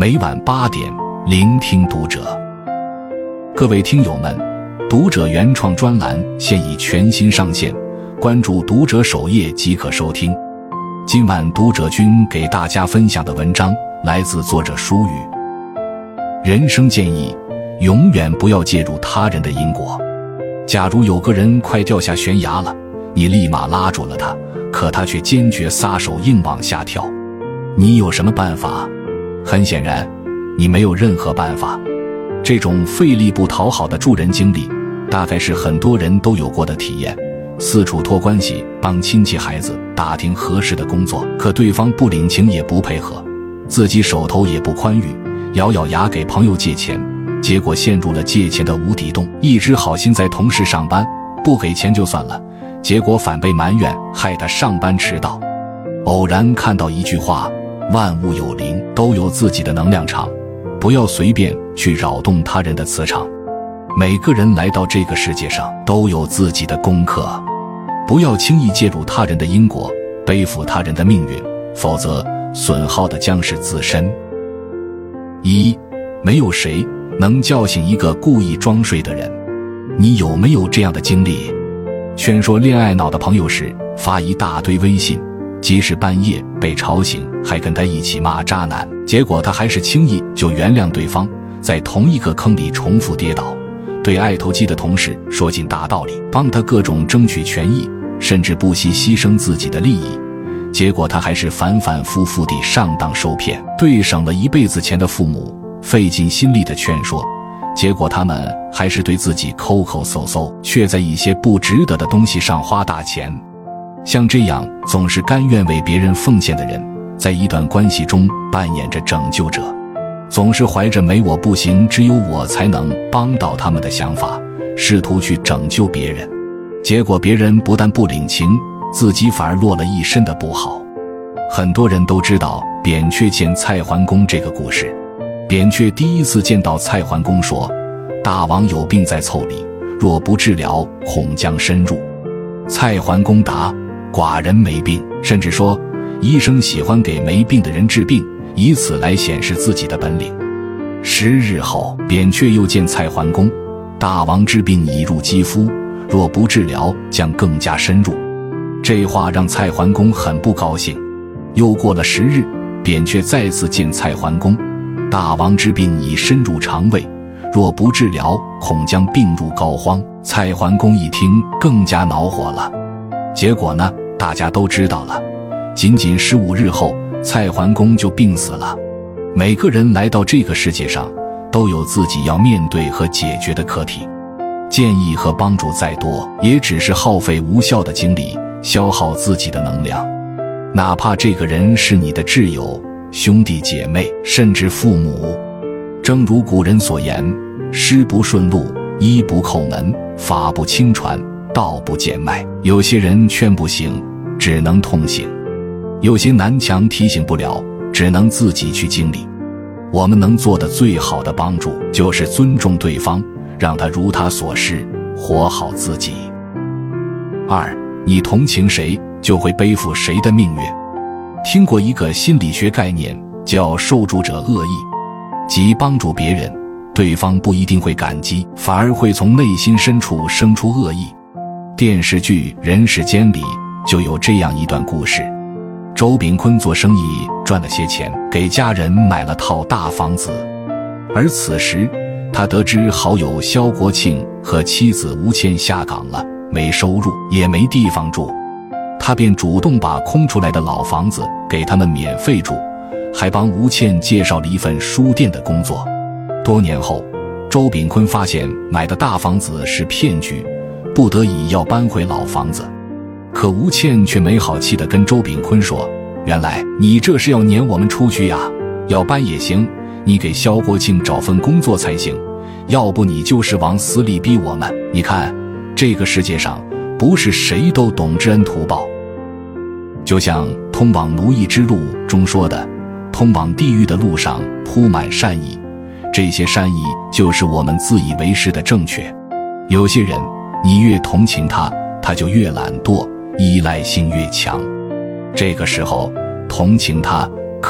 每晚8点，聆听读者。各位听友们，读者原创专栏现已全新上线，关注读者首页即可收听。今晚读者君给大家分享的文章来自作者舒语。人生建议，永远不要介入他人的因果。假如有个人快掉下悬崖了，你立马拉住了他，可他却坚决撒手硬往下跳，你有什么办法？很显然，你没有任何办法。这种费力不讨好的助人经历，大概是很多人都有过的体验。四处托关系，帮亲戚孩子打听合适的工作，可对方不领情也不配合，自己手头也不宽裕，咬咬牙给朋友借钱，结果陷入了借钱的无底洞。一直好心在同事上班，不给钱就算了，结果反被埋怨，害他上班迟到。偶然看到一句话，万物有灵，都有自己的能量场，不要随便去扰动他人的磁场。每个人来到这个世界上都有自己的功课，不要轻易介入他人的因果，背负他人的命运，否则损耗的将是自身。1. 没有谁能叫醒一个故意装睡的人。你有没有这样的经历？劝说恋爱脑的朋友时，发一大堆微信，即使半夜被吵醒，还跟他一起骂渣男，结果他还是轻易就原谅对方，在同一个坑里重复跌倒。对爱投机的同事说尽大道理，帮他各种争取权益，甚至不惜牺牲自己的利益，结果他还是反反复复地上当受骗。对省了一辈子钱的父母费尽心力的劝说，结果他们还是对自己抠抠搜搜，却在一些不值得的东西上花大钱。像这样总是甘愿为别人奉献的人，在一段关系中扮演着拯救者，总是怀着没我不行，只有我才能帮到他们的想法，试图去拯救别人，结果别人不但不领情，自己反而落了一身的不好。很多人都知道扁鹊见蔡桓公这个故事。扁鹊第一次见到蔡桓公说，大王有病在腠理，若不治疗，恐将深入。蔡桓公答，寡人没病，甚至说医生喜欢给没病的人治病，以此来显示自己的本领。10日后，扁鹊又见蔡桓公，大王之病已入肌肤，若不治疗，将更加深入。这话让蔡桓公很不高兴。又过了10日，扁鹊再次见蔡桓公，大王之病已深入肠胃，若不治疗，恐将病入膏肓。蔡桓公一听更加恼火了。结果呢，大家都知道了，仅仅15日后，蔡桓公就病死了。每个人来到这个世界上，都有自己要面对和解决的课题。建议和帮助再多，也只是耗费无效的精力，消耗自己的能量。哪怕这个人是你的挚友、兄弟姐妹，甚至父母。正如古人所言，师不顺路，衣不叩门，法不轻传，道不见迈。有些人劝不醒，只能痛醒；有些南墙提醒不了，只能自己去经历。我们能做的最好的帮助，就是尊重对方，让他如他所示，活好自己。2. 你同情谁，就会背负谁的命运。听过一个心理学概念，叫受助者恶意，即帮助别人，对方不一定会感激，反而会从内心深处生出恶意。电视剧《人世间》里就有这样一段故事。周秉昆做生意赚了些钱，给家人买了套大房子，而此时他得知好友萧国庆和妻子吴倩下岗了，没收入也没地方住，他便主动把空出来的老房子给他们免费住，还帮吴倩介绍了一份书店的工作。多年后，周秉昆发现买的大房子是骗局，不得已要搬回老房子。可吴倩却没好气地跟周秉昆说，原来你这是要撵我们出去呀，要搬也行，你给萧国庆找份工作才行，要不你就是往死里逼我们。你看，这个世界上不是谁都懂知恩图报。就像《通往奴役之路》中说的，通往地狱的路上铺满善意，这些善意就是我们自以为是的正确。有些人，你越同情他，他就越懒惰，依赖性越强。这个时候，同情他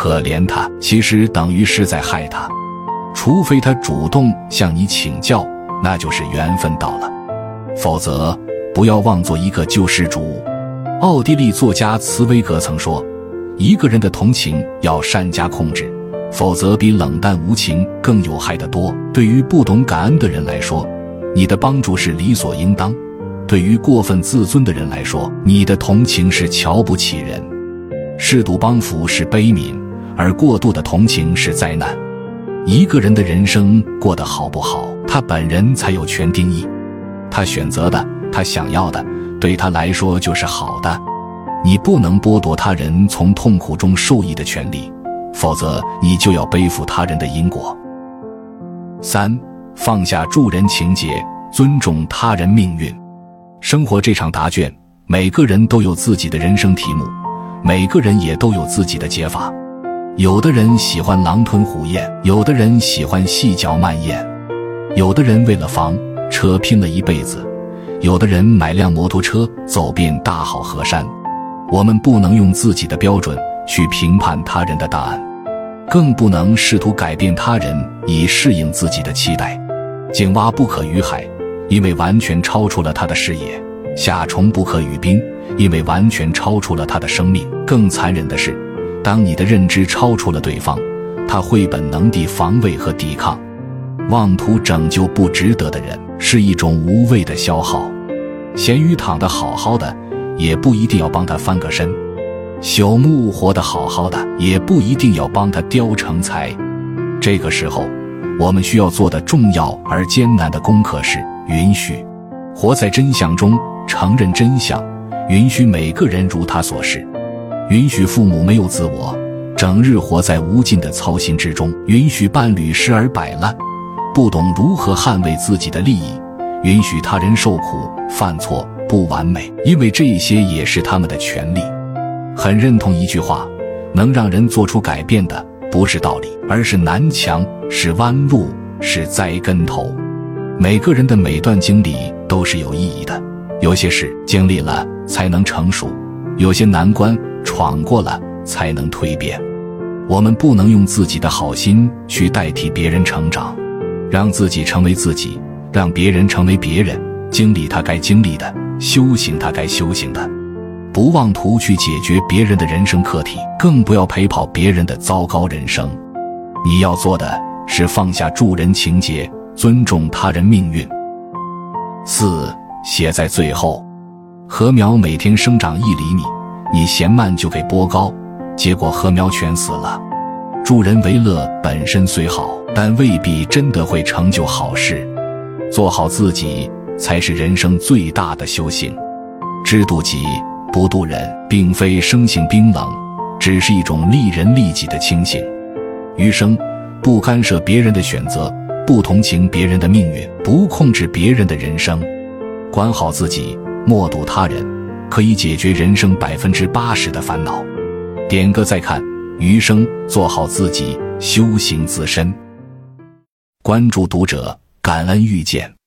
可怜他，其实等于是在害他。除非他主动向你请教，那就是缘分到了，否则不要妄做一个救世主。奥地利作家茨威格曾说，一个人的同情要善加控制，否则比冷淡无情更有害得多。对于不懂感恩的人来说，你的帮助是理所应当；对于过分自尊的人来说，你的同情是瞧不起人。适度帮扶是悲悯，而过度的同情是灾难。一个人的人生过得好不好，他本人才有权定义。他选择的，他想要的，对他来说就是好的。你不能剥夺他人从痛苦中受益的权利，否则你就要背负他人的因果。3. 放下助人情节，尊重他人命运。生活这场答卷，每个人都有自己的人生题目，每个人也都有自己的解法。有的人喜欢狼吞虎咽，有的人喜欢细嚼慢咽，有的人为了房车拼了一辈子，有的人买辆摩托车走遍大好河山。我们不能用自己的标准去评判他人的答案，更不能试图改变他人以适应自己的期待。井蛙不可语海，因为完全超出了他的视野；夏虫不可语冰，因为完全超出了他的生命。更残忍的是，当你的认知超出了对方，他会本能地防卫和抵抗。妄图拯救不值得的人，是一种无谓的消耗。咸鱼躺得好好的，也不一定要帮他翻个身；朽木活得好好的，也不一定要帮他雕成材。这个时候，我们需要做的重要而艰难的功课是允许。活在真相中，承认真相，允许每个人如他所示。允许父母没有自我，整日活在无尽的操心之中；允许伴侣时而摆烂，不懂如何捍卫自己的利益；允许他人受苦、犯错、不完美，因为这些也是他们的权利。很认同一句话，能让人做出改变的，不是道理，而是南墙，是弯路，是栽跟头。每个人的每段经历都是有意义的，有些事经历了才能成熟，有些难关闯过了才能蜕变。我们不能用自己的好心去代替别人成长，让自己成为自己，让别人成为别人，经历他该经历的，修行他该修行的。不妄图去解决别人的人生课题，更不要陪跑别人的糟糕人生。你要做的是放下助人情节，尊重他人命运。4. 写在最后。禾苗每天生长1厘米，你嫌慢就给拨高，结果禾苗全死了。助人为乐本身虽好，但未必真的会成就好事。做好自己才是人生最大的修行。知度己不度人，并非生性冰冷，只是一种利人利己的清醒。余生不干涉别人的选择，不同情别人的命运，不控制别人的人生。管好自己，默度他人，可以解决人生80%的烦恼。点个再看，余生做好自己，修行自身。关注读者，感恩遇见。